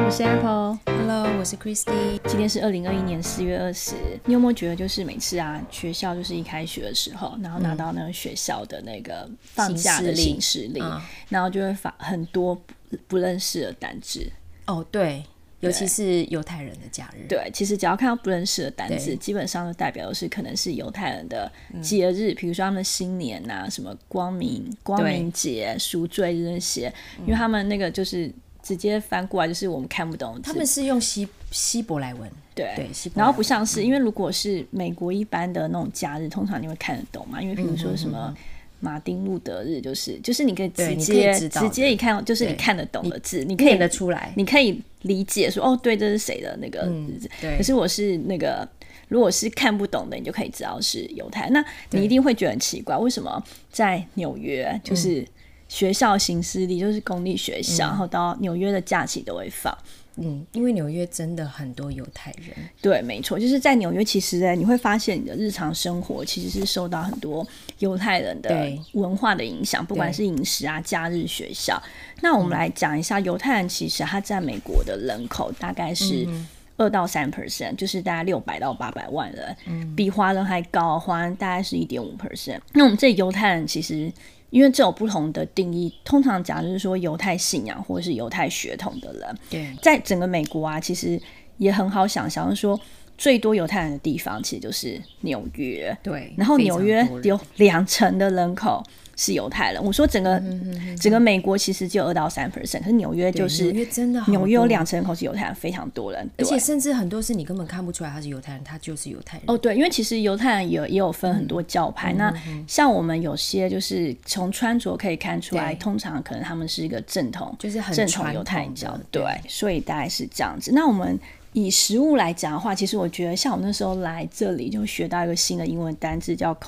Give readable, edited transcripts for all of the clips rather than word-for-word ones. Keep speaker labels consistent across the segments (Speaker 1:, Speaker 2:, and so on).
Speaker 1: 我是 Apple。Hello，
Speaker 2: 我是 Christy。
Speaker 1: 今天是2021年4月20。你有没有觉得，就是每次啊，学校就是一开学的时候，然后拿到那个学校的那个放假的行事历，然后就会发很多不认识的单字。
Speaker 2: 哦，对。尤其是犹太人的假日，
Speaker 1: 对，其实只要看到不认识的单字，基本上都代表的是可能是犹太人的节日，比如说他们的新年啊，什么光明节、赎罪日那些，因为他们那个就是直接翻过来就是我们看不懂的字，
Speaker 2: 他们是用希伯来文，
Speaker 1: 对，然后不像是因为如果是美国一般的那种假日，通常你会看得懂嘛，因为比如说什么马丁路德日，就是你可以直接一看就是你看得懂的字，你可以
Speaker 2: 念得出来，
Speaker 1: 你可以理解说哦，对，这是谁的那个日子。可是我是那个，如果是看不懂的，你就可以知道是犹太。那你一定会觉得很奇怪，为什么在纽约就是学校行事历，就是公立学校，然后到纽约的假期都会放。
Speaker 2: 因为纽约真的很多犹太人。
Speaker 1: 对，没错，就是在纽约，其实你会发现你的日常生活其实是受到很多犹太人的文化的影响，不管是饮食啊、假日、学校。那我们来讲一下，犹太人其实他在美国的人口大概是2到3%，就是大概600到800万人，比华人还高，华人大概是1.5%。那我们这犹太人其实因为这有不同的定义，通常讲就是说犹太信仰或者是犹太血统的人，
Speaker 2: 对，
Speaker 1: 在整个美国啊，其实也很好想象，就是说最多犹太人的地方其实就是纽约，
Speaker 2: 对，
Speaker 1: 然后纽约有2成的人口是犹太人。我说整个美国其实只有2到3%，可是纽约就是纽约有2成人口是犹太人，非常多人，
Speaker 2: 而且甚至很多是你根本看不出来他是犹太人，他就是犹太人。
Speaker 1: 哦，对，因为其实犹太人也有分很多教派，那像我们有些就是从穿着可以看出来，通常可能他们是一个正统，
Speaker 2: 就是很
Speaker 1: 正统犹太教，对，所以大概是这样子。那我们以食物来讲的话，其实我觉得像我那时候来这里就学到一个新的英文单字叫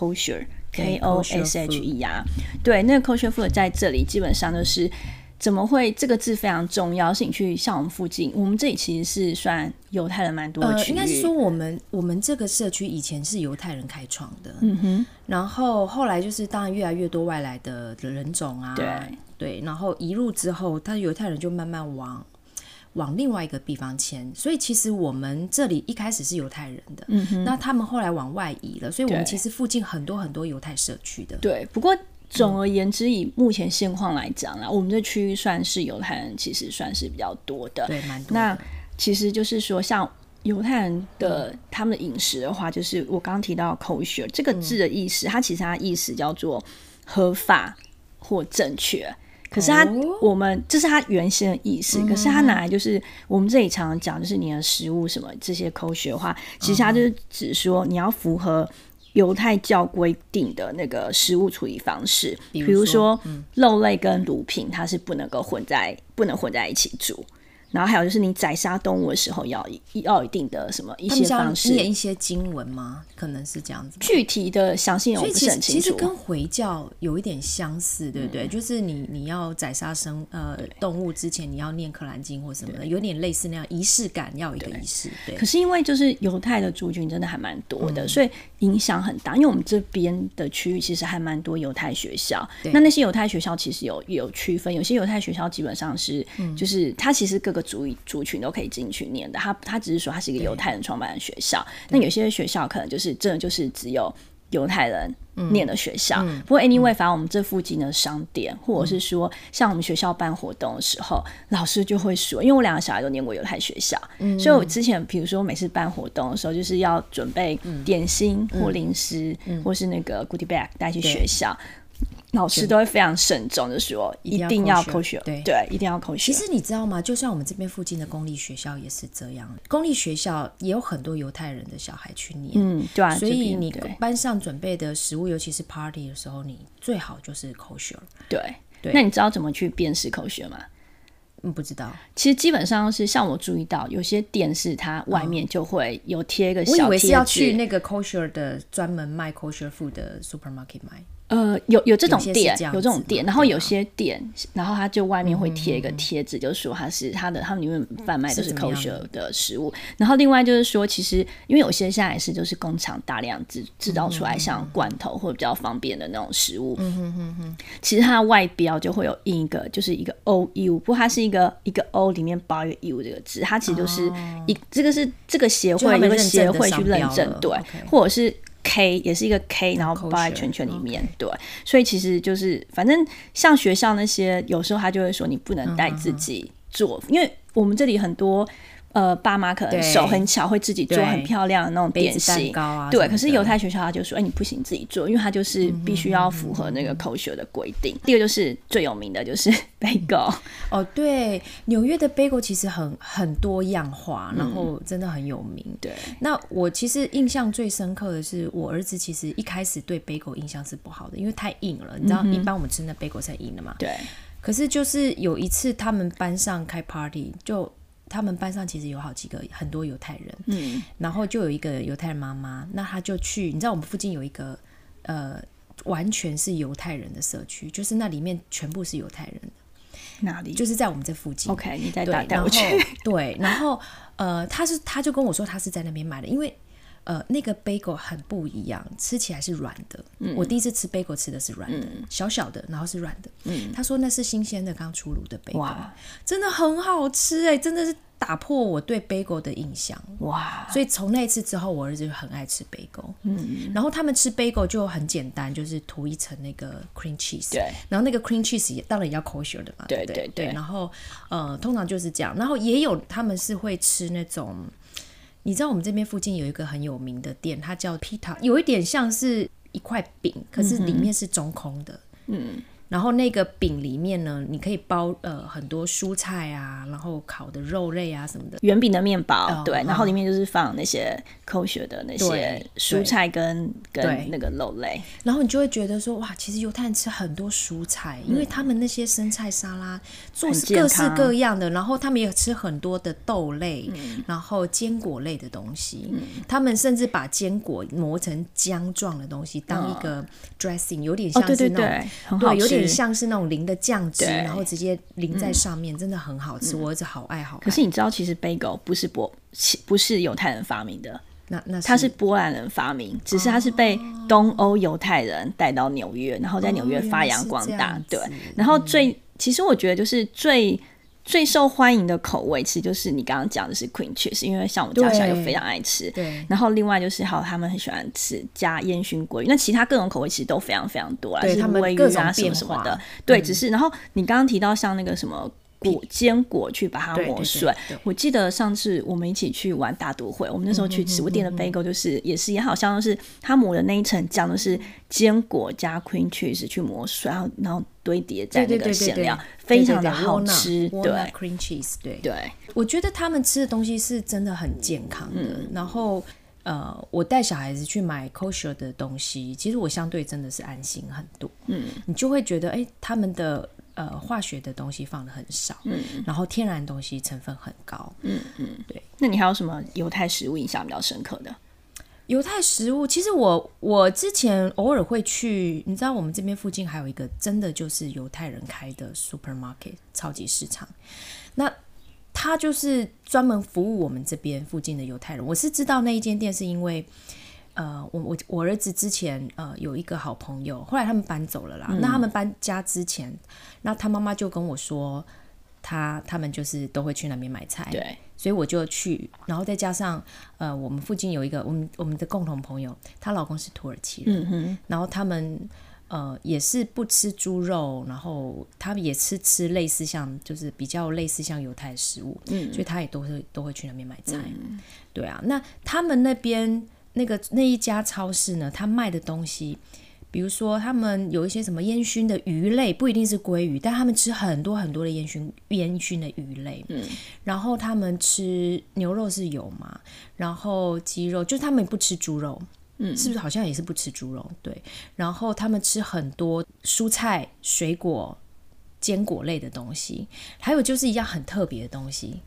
Speaker 1: kosher。KOSHER， 对，那个 kosher food 在这里基本上就是怎么会这个字非常重要，是你去像我们附近，我们这里其实是算犹太人蛮多的区域，
Speaker 2: 应该是说我们这个社区以前是犹太人开创的，然后后来就是当然越来越多外来的人种啊，对，然后移入之后，他犹太人就慢慢往另外一个地方迁，所以其实我们这里一开始是犹太人的，那他们后来往外移了，所以我们其实附近很多很多犹太社区的。
Speaker 1: 对，不过总而言之，以目前现况来讲啦，我们这区域算是犹太人，其实算是比较多的，
Speaker 2: 对，蛮多的。
Speaker 1: 那其实就是说，像犹太人的他们的饮食的话，就是我刚刚提到 kosher 这个字的意思，它其实它的意思叫做合法或正确。可是我们这是它原先的意思，可是它拿来就是我们这里常常讲，就是你的食物什么这些kosher的话，其实它就是指说你要符合犹太教规定的那个食物处理方式，比如说肉类跟乳品它是不能混在一起煮。然后还有就是你宰杀动物的时候要一定的什么一些方式，
Speaker 2: 他们念一些经文吗？可能是这样子。
Speaker 1: 具体的详细我不是很清楚。
Speaker 2: 其实跟回教有一点相似，对不对？就是你要宰杀动物之前，你要念可兰经或什么的，有点类似那样仪式感，要有一个仪式。对。可
Speaker 1: 是因为就是犹太的族群真的还蛮多的，所以影响很大。因为我们这边的区域其实还蛮多犹太学校，那些犹太学校其实有区分，有些犹太学校基本上是就是它其实各个族群都可以进去念的，他只是说他是一个犹太人创办的学校，那有些学校可能就是真的就是只有犹太人念的学校，不过 anyway 反正我们这附近的商店或者是说像我们学校办活动的时候，老师就会说，因为我2个小孩都念过犹太学校，所以我之前比如说每次办活动的时候，就是要准备点心或零食或是那个 goodie bag 带去学校，老师都会非常慎重的说一定要 kosher， 对，一定要 kosher。
Speaker 2: 其实你知道吗？就像我们这边附近的公立学校也是这样，公立学校也有很多犹太人的小孩去念，
Speaker 1: 对啊，
Speaker 2: 所以你班上准备的食物，尤其是 party 的时候，你最好就是 kosher。
Speaker 1: 对，那你知道怎么去辨识 kosher 吗？
Speaker 2: 不知道。
Speaker 1: 其实基本上是像我注意到，有些店是它外面就会有贴一个小贴纸，
Speaker 2: 我以为是要去那个 kosher 的专门卖 kosher food 的 supermarket 买。
Speaker 1: 有这种店，
Speaker 2: 有
Speaker 1: 这种店，然后有些店，然后它就外面会贴一个贴纸，就说它们里面贩卖的是 kosher 的食物。然后另外就是说，其实因为有些现在也是就是工厂大量制造出来像罐头或者比较方便的那种食物，其实它的外标就会有印一个就是一个 OU， 不过它是一个 O 里面包一个 U 这个字，它其实就是这个协会有个协会去认证，对，或者是K 也是一个 K， 然后包在圈圈里面，对，所以其实就是反正像学校那些，有时候他就会说你不能带自己做，因为我们这里很多爸妈可能手很巧，会自己做很漂亮的那种点心，对。可是犹太学校他就说，你不行自己做，因为他就是必须要符合那个 kosher 的规定。第二个就是最有名的就是 bagel，
Speaker 2: 哦，对，纽约的 bagel 其实很多样化，然后真的很有名。
Speaker 1: 对，
Speaker 2: 那我其实印象最深刻的是，我儿子其实一开始对 bagel 印象是不好的，因为太硬了。你知道，一般我们吃的 bagel 是很硬的嘛？
Speaker 1: 对。
Speaker 2: 可是就是有一次他们班上开 party， 就他们班上其实有很多犹太人，然后就有一个犹太人妈妈，那他就去，你知道我们附近有一个完全是犹太人的社区，就是那里面全部是犹太人的。
Speaker 1: 哪里？
Speaker 2: 就是在我们这附近。
Speaker 1: OK， 你再带我去。
Speaker 2: 对，然后他就跟我说他是在那边买的，因为那个 bagel 很不一样，吃起来是软的。我第一次吃 bagel 吃的是软的，小小的，然后是软的。他说那是新鲜的刚出炉的 bagel， 真的很好吃哎，真的是打破我对 bagel 的印象。哇！所以从那一次之后，我儿子就很爱吃 bagel。然后他们吃 bagel 就很简单，就是涂一层那个 cream cheese。对。然后那个 cream cheese 也当然也要 kosher 的嘛。对对 对。然后通常就是这样。然后也有他们是会吃那种。你知道我们这边附近有一个很有名的店，它叫 Pita， 有一点像是一块饼，可是里面是中空的。然后那个饼里面呢，你可以包很多蔬菜啊，然后烤的肉类啊什么的，
Speaker 1: 圆饼的面包，对，然后里面就是放那些 kosher 的那些蔬菜跟那个肉类，
Speaker 2: 然后你就会觉得说，哇，其实犹太人吃很多蔬菜，因为他们那些生菜沙拉做各式各样的，然后他们也吃很多的豆类，然后坚果类的东西，他们甚至把坚果磨成浆状的东西当一个 dressing， 有点像是那种对，有点像是那种淋的酱汁，然后直接淋在上面，真的很好吃。我儿子好爱。
Speaker 1: 可是你知道，其实 bagel 不是犹太人发明的，它是波兰人发明，只是它是被东欧犹太人带到纽约，然后在纽约发扬光大。对，然后其实我觉得就是最受欢迎的口味，其实就是你刚刚讲的是 cream cheese， 因为像我们家小孩就非常爱吃。对。然后另外就是还有他们很喜欢吃加烟熏鲑鱼，那其他各种口味其实都非常非常多啦，就是鲑鱼啊什么什么的。对，只是然后你刚刚提到像那个什么坚果去把它磨碎，我记得上次我们一起去玩大都会，我们那时候去吃，我点的 bagel 就是也是好像是它磨的那一层酱就是坚果加 cream cheese 去磨碎，然后堆叠在那个馅料，非常的好吃。对
Speaker 2: ，cream cheese， 对，我觉得他们吃的东西是真的很健康的。然后我带小孩子去买 kosher 的东西，其实我相对真的是安心很多。你就会觉得他们的化学的东西放的很少，然后天然的东西成分很高。对。
Speaker 1: 那你还有什么犹太食物印象比较深刻的？
Speaker 2: 犹太食物，其实我之前偶尔会去，你知道我们这边附近还有一个真的就是犹太人开的 supermarket 超级市场，那他就是专门服务我们这边附近的犹太人。我是知道那一间店是因为我儿子之前有一个好朋友，后来他们搬走了啦。那他们搬家之前，那他妈妈就跟我说，他们就是都会去那边买菜。对，所以我就去，然后再加上我们附近有一个我们的共同朋友，她老公是土耳其人，然后他们也是不吃猪肉，然后他们也吃类似像就是比较类似像犹太食物，所以他也都会去那边买菜。对啊，那他们那边那一家超市呢，他卖的东西，比如说他们有一些什么烟熏的鱼类，不一定是鲑鱼，但他们吃很多很多的烟熏的鱼类。然后他们吃牛肉是有嘛，然后鸡肉就是他们不吃猪肉。是不是好像也是不吃猪肉？对，然后他们吃很多蔬菜、水果、坚果类的东西，还有就是一样很特别的东西，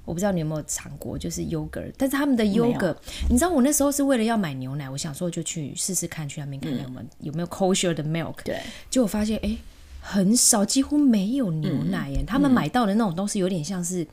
Speaker 2: 我不知道你有没有尝过，就是 yogurt， 但是他们的 yogurt， 你知道我那时候是为了要买牛奶，我想说就去试试看，去那边看看有没有 kosher 的 milk， 对，结果发现很少，几乎没有牛奶耶。他们买到的那种东西有点像是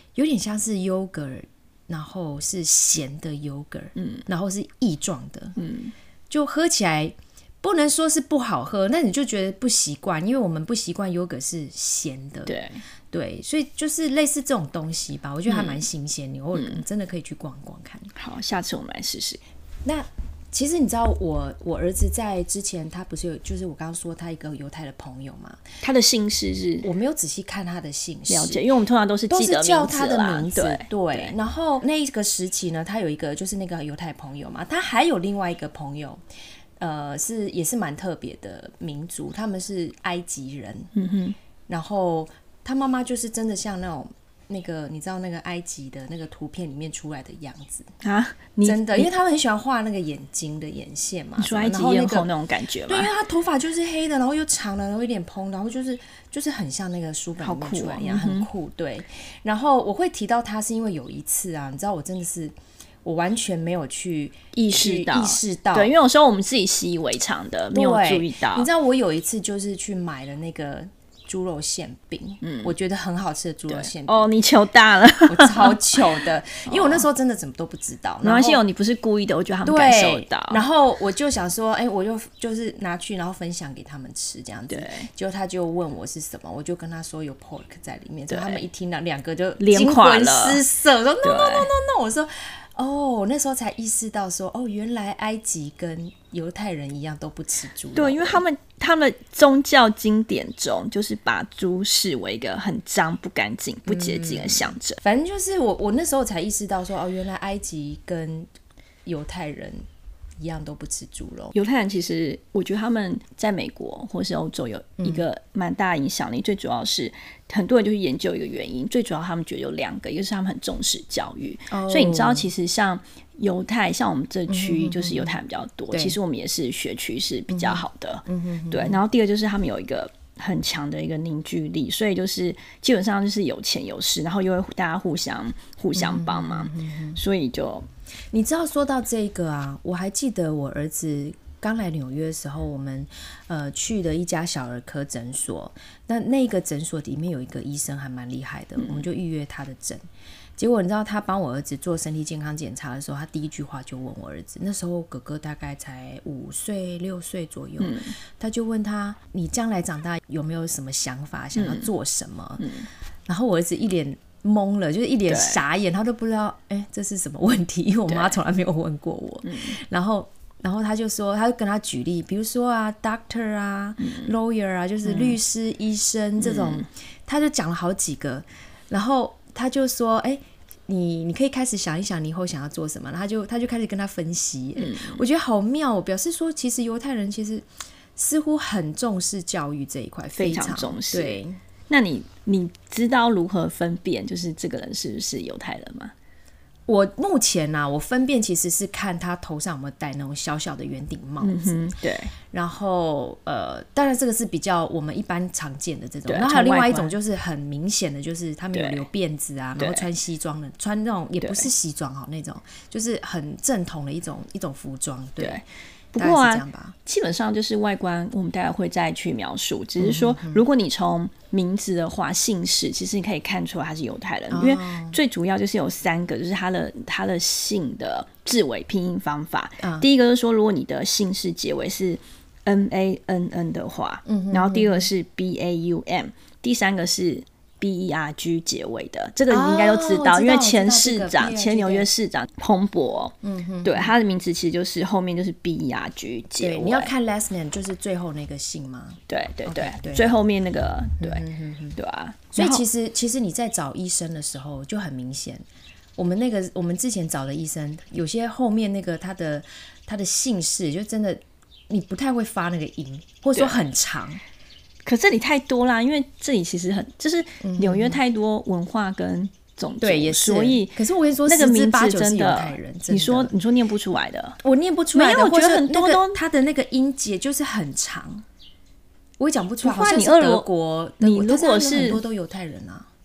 Speaker 2: yogurt， 然后是咸的 yogurt，然后是液状的，就喝起来不能说是不好喝，那你就觉得不习惯，因为我们不习惯 yogurt 是咸的，对，所以就是类似这种东西吧，我觉得还蛮新鲜，你偶尔真的可以去逛逛看。
Speaker 1: 好，下次我们来试试。
Speaker 2: 那其实你知道我儿子在之前他不是有，就是我刚刚说他一个犹太的朋友嘛，
Speaker 1: 他的姓氏是
Speaker 2: 我没有仔细看他的姓氏，
Speaker 1: 了解，因为我们通常都是
Speaker 2: 叫他的名字，对。然后那一个时期呢，他有一个就是那个犹太朋友嘛，他还有另外一个朋友，也是蛮特别的民族，他们是埃及人，然后他妈妈就是真的像那个你知道那个埃及的那个图片里面出来的样子啊，真的，因为他们很喜欢画那个眼睛的眼线嘛，
Speaker 1: 你说埃及艳后那种感觉吗？
Speaker 2: 对，因为他头发就是黑的，然后又长了，然后有点蓬，然后就是很像那个书本里面出来一样，很酷，对。然后我会提到他是因为有一次啊，你知道我真的是我完全没有去
Speaker 1: 意识到，对，因为有时候我们自己习以为常的，没有注意到。
Speaker 2: 你知道我有一次就是去买了那个猪肉馅饼，我觉得很好吃的猪肉馅饼。
Speaker 1: 哦，你糗大了，
Speaker 2: 我超糗的，因为我那时候真的怎么都不知道。
Speaker 1: 没关系你不是故意的，我觉得他们感受到。
Speaker 2: 然后我就想说，我就是拿去，然后分享给他们吃这样子。结果他就问我是什么，我就跟他说有 pork 在里面，所以他们一听到两个就惊魂失色，说 no no no no no， 我说。那时候才意识到说，原来埃及跟犹太人一样都不吃猪肉。
Speaker 1: 对，因为他们宗教经典中就是把猪视为一个很脏、不干净、不洁净的象征。
Speaker 2: 反正就是我那时候才意识到说，原来埃及跟犹太人一样都不吃猪肉。
Speaker 1: 犹太人其实我觉得他们在美国或是欧洲有一个蛮大的影响力，最主要是很多人就去研究一个原因，最主要他们觉得有两个，一个是他们很重视教育，所以你知道其实像犹太，像我们这区就是犹太人比较多，其实我们也是学区是比较好的，对。然后第二就是他们有一个很强的一个凝聚力，所以就是基本上就是有钱有势，然后又会大家互相帮忙，所以就
Speaker 2: 你知道说到这个啊，我还记得我儿子刚来纽约的时候，我们去的一家小儿科诊所，那个诊所里面有一个医生还蛮厉害的，我们就预约他的诊。结果你知道他帮我儿子做身体健康检查的时候，他第一句话就问我儿子，那时候哥哥大概才5岁6岁左右，他就问他，你将来长大有没有什么想法，想要做什么？然后我儿子一脸懵了，就是一脸傻眼，他都不知道这是什么问题，因为我妈从来没有问过我。然后他就说，他就跟他举例，比如说啊 doctor 啊lawyer 啊，就是律师医生这种，他就讲了好几个，然后他就说你可以开始想一想你以后想要做什么，然后他就开始跟他分析，我觉得好妙，表示说其实犹太人其实似乎很重视教育这一块，
Speaker 1: 非常重视。
Speaker 2: 对，
Speaker 1: 那你知道如何分辨就是这个人是不是犹太人吗？
Speaker 2: 我目前我分辨其实是看他头上有没有戴那种小小的圆顶帽子，
Speaker 1: 对。
Speaker 2: 然后当然这个是比较我们一般常见的这种，然后还有另外一种就是很明显的，就是他们有留辫子啊，然后穿西装的，穿那种也不是西装那种，就是很正统的一种服装，对。
Speaker 1: 不过基本上就是外观我们待会会再去描述，只是说如果你从名字的话，姓氏其实你可以看出来他是犹太人，因为最主要就是有3个，就是他的姓的字尾拼音方法。第一个就是说，如果你的姓氏结尾是 NANN 的话，然后第2个是 BAUM， 第3个是BERG 结尾的，这个你应该都知道，因为前市长、前纽约市长彭博，对，他的名字其实就是后面就是 BERG 结尾。
Speaker 2: 对，你要看 last name 就是最后那个姓吗？
Speaker 1: 对对对， okay， 最后面那个，对对啊。
Speaker 2: 所以其实你在找医生的时候就很明显，我们之前找的医生，有些后面那个他的姓氏就真的你不太会发那个音，或者说很长。
Speaker 1: 可这里太多啦，因为这里其实就是纽约太多文化跟种族，
Speaker 2: 对，也是。
Speaker 1: 所以
Speaker 2: 可是我跟你说，
Speaker 1: 那个名字真的，
Speaker 2: 犹太人真
Speaker 1: 的你说念不出来的，
Speaker 2: 我念不出来的，
Speaker 1: 没有，我觉得很多都
Speaker 2: 他的那个音节就是很长，我也讲不出来。
Speaker 1: 好像
Speaker 2: 是德国，
Speaker 1: 你如果是
Speaker 2: 很多都犹太人啊。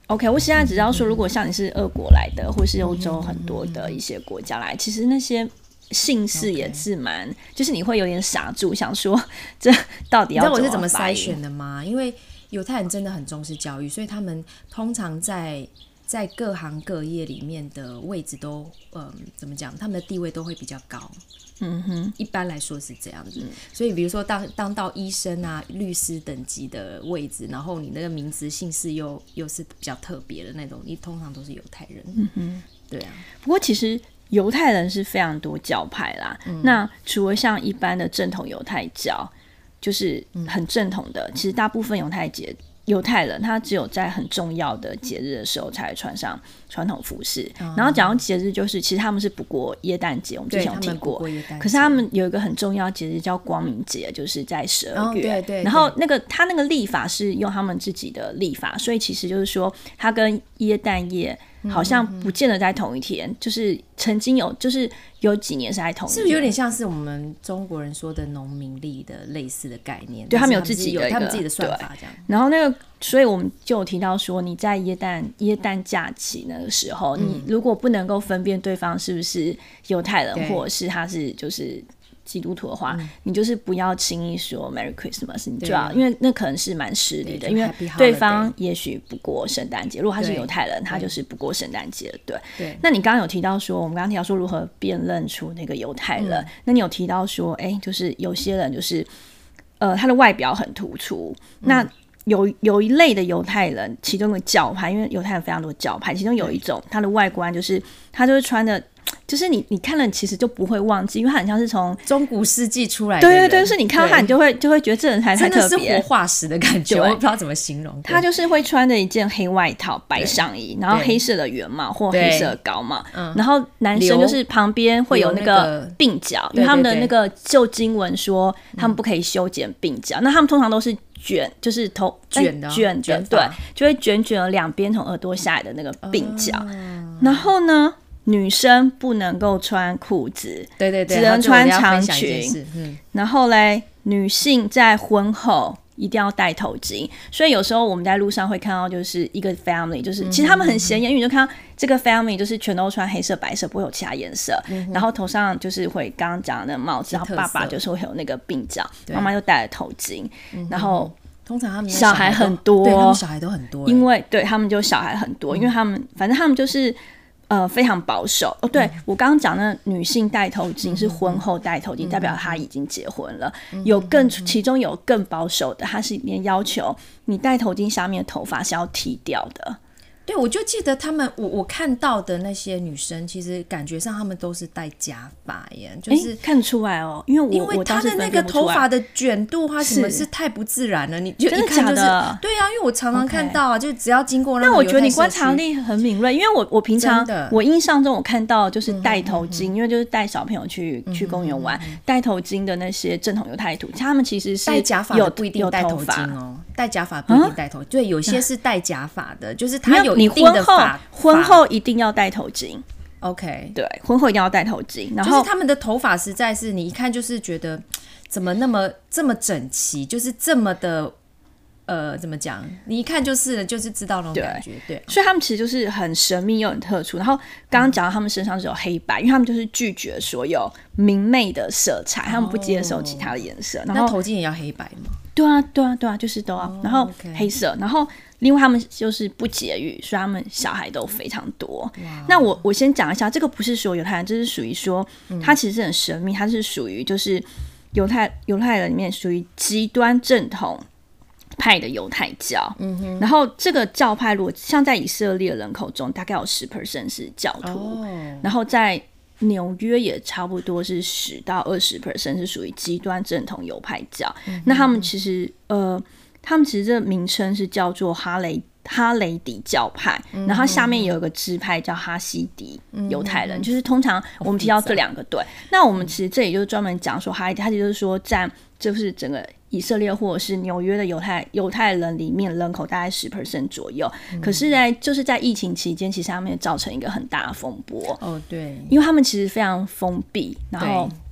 Speaker 1: OK， 我现在只知道说，如果像你是俄国来的，或是欧洲很多的一些国家来，其实那些姓氏也是蛮，就是你会有点傻住，想说这到底要怎么发音？
Speaker 2: 你知道我是怎么筛选的吗？因为犹太人真的很重视教育，所以他们通常在各行各业里面的位置都怎么讲？他们的地位都会比较高。一般来说是这样子。所以比如说当到医生啊、律师等级的位置，然后你那个名字姓氏又是比较特别的那种，你通常都是犹太人。对啊。
Speaker 1: 不过其实犹太人是非常多教派啦。那除了像一般的正统犹太教，就是很正统的，其实大部分犹太人他只有在很重要的节日的时候才会穿上传统服饰。然后讲到节日，就是其实他们是不过耶诞节，我们之前有提过。可是他们有一个很重要的节日叫光明节，就是在12月。
Speaker 2: 对。
Speaker 1: 然后他那个历法是用他们自己的历法，所以其实就是说，他跟耶诞夜好像不见得在同一天，就是曾经有几年是在同一天，
Speaker 2: 是不是有点像是我们中国人说的农民历的类似的概念？
Speaker 1: 对，他们有自己的
Speaker 2: 他们自己的算法这样。
Speaker 1: 然后所以我们就有提到说，你在耶诞假期那个时候，你如果不能够分辨对方是不是犹太人，或者是他是就是基督徒的话，你就是不要轻易说 Merry Christmas， 你就要，因为那可能是蛮失礼的，因为对方也许不过圣诞节，如果他是犹太人，他就是不过圣诞节。对。那你刚刚有提到说，我们刚刚提到说如何辨认出那个犹太人，那你有提到说，就是有些人就是他的外表很突出，那有一类的犹太人，其中的教派，因为犹太人非常多教派，其中有一种他的外观就是他就是穿的，就是你看了其实就不会忘记，因为他很像是从
Speaker 2: 中古世纪出来的人。
Speaker 1: 对，就是你看到他，你就会觉得这人才特别，
Speaker 2: 真的是活化石的感觉，我不知道怎么形容。
Speaker 1: 他就是会穿着一件黑外套、白上衣，然后黑色的圆帽或黑色的高帽，然后男生就是旁边会有那个鬓角，因为他们的那个旧经文说他们不可以修剪鬓角，那他们通常都是卷，就是头卷的，对，就会卷了两边从耳朵下来的那个鬓角。然后呢，女生不能够穿裤子，
Speaker 2: 对，
Speaker 1: 只能穿长裙。然后嘞，女性在婚后一定要戴头巾，所以有时候我们在路上会看到，就是一个 family， 就是其实他们很显眼，因为你就看到这个 family 就是全都穿黑色、白色，不会有其他颜色，然后头上就是会刚刚讲的那个帽子，然后爸爸就是会有那个鬓角，妈妈又戴了头巾，然后
Speaker 2: 通常他们
Speaker 1: 小孩很多，
Speaker 2: 对，他们小孩都很多，
Speaker 1: 因为对他们就小孩很多，因为他们反正他们就是非常保守。对，我刚刚讲的女性戴头巾是婚后戴头巾，代表她已经结婚了。其中有更保守的，它是里面要求你戴头巾下面的头发是要剃掉的。
Speaker 2: 对，我就记得他们，我看到的那些女生，其实感觉上他们都是戴假发耶，就是
Speaker 1: 看得出来哦，因为
Speaker 2: 她的那个头发的卷度啊什么是太不自然了，你就一看就是，对啊，因为我常常看到啊，就只要经过那
Speaker 1: 我觉得你观察力很敏锐，因为我平常我印象中我看到就是戴头巾，因为就是带小朋友去公园玩，戴头巾的那些正统犹太徒，他们其实是
Speaker 2: 戴假发的不一定戴头巾哦，戴假发不一定戴头巾，对，有些是戴假发的，就是他有一定的
Speaker 1: 婚后一定要戴头巾。
Speaker 2: OK，
Speaker 1: 对，婚后一定要戴头巾，然后
Speaker 2: 就是他们的头发实在是你一看就是觉得怎么这么整齐，就是这么的怎么讲？你一看就是知道那种感觉，对。
Speaker 1: 所以他们其实就是很神秘又很特殊。然后刚刚讲到他们身上是有黑白，因为他们就是拒绝所有明媚的色彩，他们不接受其他的颜色。然后
Speaker 2: 那头巾也要黑白吗？
Speaker 1: 对啊，就是都要。然后黑色，然后另外他们就是不节育，所以他们小孩都非常多。那我先讲一下，这个不是说犹太人，这是属于说它其实是很神秘，它是属于就是犹太人里面属于极端正统派的犹太教。然后这个教派如果像在以色列人口中大概有 10% 是教徒，然后在纽约也差不多是10到20% 是属于极端正统犹太教。那他们其实这个名称是叫做哈雷底教派，然后下面有一个支派叫哈西迪犹太人，就是通常我们提到这两个队。那我们其实这里就是专门讲说哈西迪，他就是说占就是整个以色列或者是纽约的犹太人里面人口大概 10% 左右。可是就是在疫情期间，其实他们也造成一个很大的风波。
Speaker 2: 对，
Speaker 1: 因为他们其实非常封闭，然后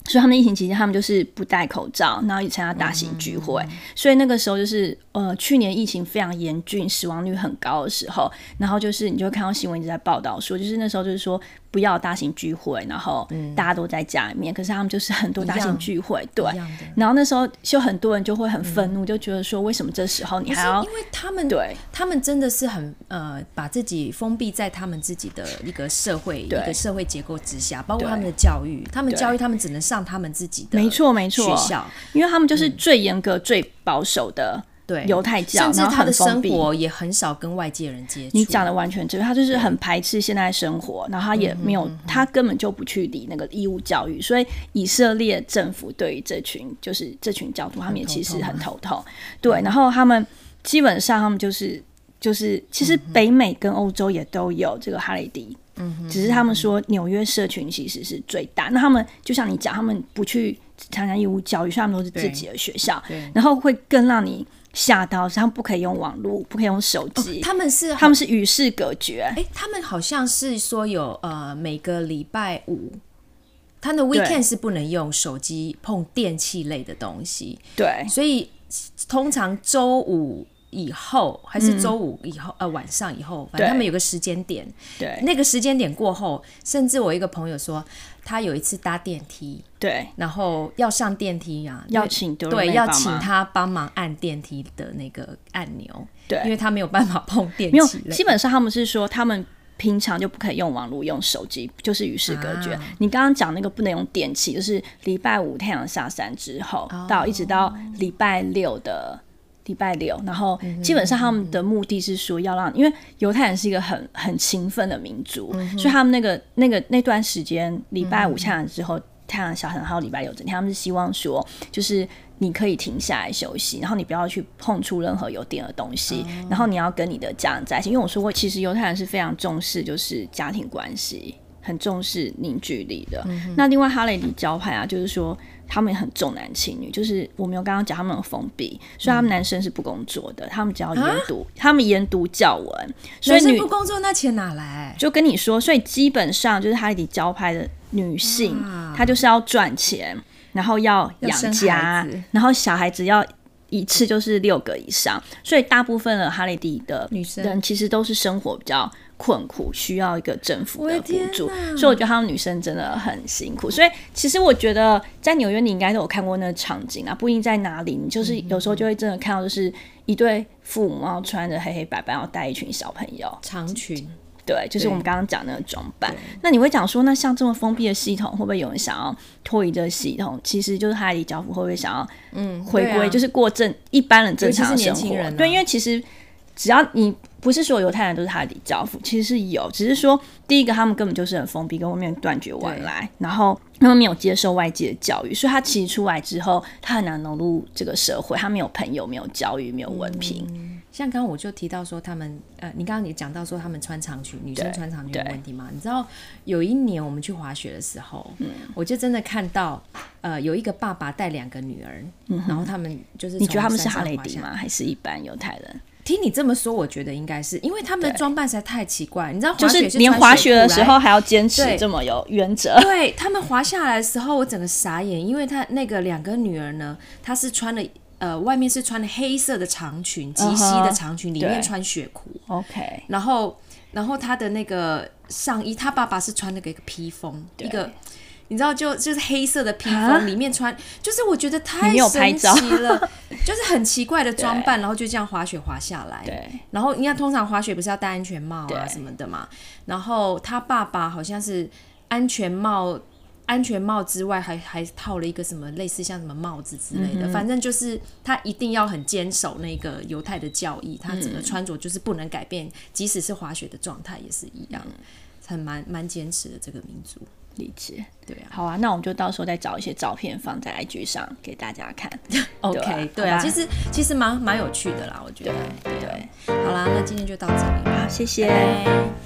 Speaker 1: 所以他们疫情期间他们就是不戴口罩，然后也参加大型聚会，所以那个时候就是去年疫情非常严峻，死亡率很高的时候，然后就是你就会看到新闻一直在报道说，就是那时候就是说不要大型聚会，然后大家都在家里面，可是他们就是很多大型聚会，对，然后那时候就很多人就会很愤怒，就觉得说为什么这时候你还要，
Speaker 2: 因为他们真的是很把自己封闭在他们自己的一个社会结构之下，包括他们的教育，他们只能上他们自己的
Speaker 1: 没错
Speaker 2: 学校，
Speaker 1: 因为他们就是最严格、最保守的犹太教，
Speaker 2: 甚至他的生活也很少跟外界人接触。
Speaker 1: 你讲的完全对，他就是很排斥现代生活，然后他也没有，他根本就不去理那个义务教育，所以以色列政府对于这群教徒，他们也其实很头痛。对，然后他们基本上他们就是其实北美跟欧洲也都有这个哈雷迪。只是他们说纽约社群其实是最大，那他们就像你讲，他们不去参加义务教育，所以他们都是自己的学校，然后会更让你吓到，是他们不可以用网络，不可以用手机，他们是与世隔绝。
Speaker 2: 他们好像是说有每个礼拜五，他的 weekend 是不能用手机碰电器类的东西，
Speaker 1: 对，
Speaker 2: 所以通常周五以后还是周五以后晚上以后，反正他们有个时间点，对，那个时间点过后，甚至我一个朋友说他有一次搭电梯，对，然后要上电梯啊，要请他帮忙按电梯的那个按钮，对，因为他没有办法碰电器类，
Speaker 1: 基本上他们是说他们平常就不可以用网络用手机，就是与世隔绝。你刚刚讲那个不能用电器，就是礼拜五太阳下山之后，一直到礼拜六，然后基本上他们的目的是说要让，因为犹太人是一个很勤奋的民族，所以他们那段时间礼拜五下山之后太阳下山，还有礼拜六整天，他们是希望说就是你可以停下来休息，然后你不要去碰触任何有电的东西，然后你要跟你的家人在一起，因为我说过其实犹太人是非常重视就是家庭关系，很重视凝聚力的。那另外哈雷迪教派啊，就是说他们很重男轻女，就是我们有刚刚讲他们有封闭，所以他们男生是不工作的，他们只要研读教文，所以
Speaker 2: 男生不工作那钱哪来？
Speaker 1: 就跟你说，所以基本上就是哈雷迪教派的女性，她就是要赚钱，然后要养家，然后小孩子要一次就是6个以上，所以大部分的哈雷迪的人其实都是生活比较困苦，需要一个政府的补助，所以我觉得他们女生真的很辛苦。所以其实我觉得在纽约你应该都有看过那个场景啊，不一定在哪里，你就是有时候就会真的看到就是一对父母然后穿着黑黑白白，然后带一群小朋友
Speaker 2: 长裙，
Speaker 1: 对，就是我们刚刚讲那个装扮。那你会讲说，那像这么封闭的系统，会不会有人想要脱离这个系统？其实就是哈雷迪教父会不会想要回归，就是过一般人正常的生活？对，因为其实只要你不是所有犹太人都是哈雷迪教父，其实是有，只是说第一个他们根本就是很封闭，跟外面断绝往来，然后他们没有接受外界的教育，所以他其实出来之后，他很难融入这个社会，他没有朋友，没有教育，没有文凭。
Speaker 2: 像刚刚我就提到说他们你刚刚也讲到说他们穿长裙，女生穿长裙的问题嘛。你知道有一年我们去滑雪的时候，我就真的看到有一个爸爸带2个女儿，然后他们就是
Speaker 1: 你觉得他们是哈雷迪吗？还是一般犹太人？
Speaker 2: 听你这么说，我觉得应该是，因为他们的装扮实在太奇怪。你知道
Speaker 1: 滑雪是连滑雪的时候还要坚持这么有原则。
Speaker 2: 对，他们滑下来的时候，我整个傻眼，因为他那个2个女儿呢，她是穿了外面是穿的黑色的长裙，及膝的长裙，里面穿雪裤。OK， 然后她的那个上衣，她爸爸是穿那个一个披风，一个。你知道就是黑色的披风，里面穿，就是我觉得太神奇了，就是很奇怪的装扮，然后就这样滑雪滑下来。对，然后你看通常滑雪不是要戴安全帽啊什么的嘛，然后他爸爸好像是安全帽之外还套了一个什么类似像什么帽子之类的，反正就是他一定要很坚守那个犹太的教义，他整个穿着就是不能改变，即使是滑雪的状态也是一样，很蛮坚持的这个民族。
Speaker 1: 理解，对啊，好啊，那我们就到时候再找一些照片放在 IG 上给大家看。
Speaker 2: OK， 对啊，其实蛮有趣的啦，我觉得。对，好啦，那今天就到这里，
Speaker 1: 好，谢谢。
Speaker 2: 拜拜。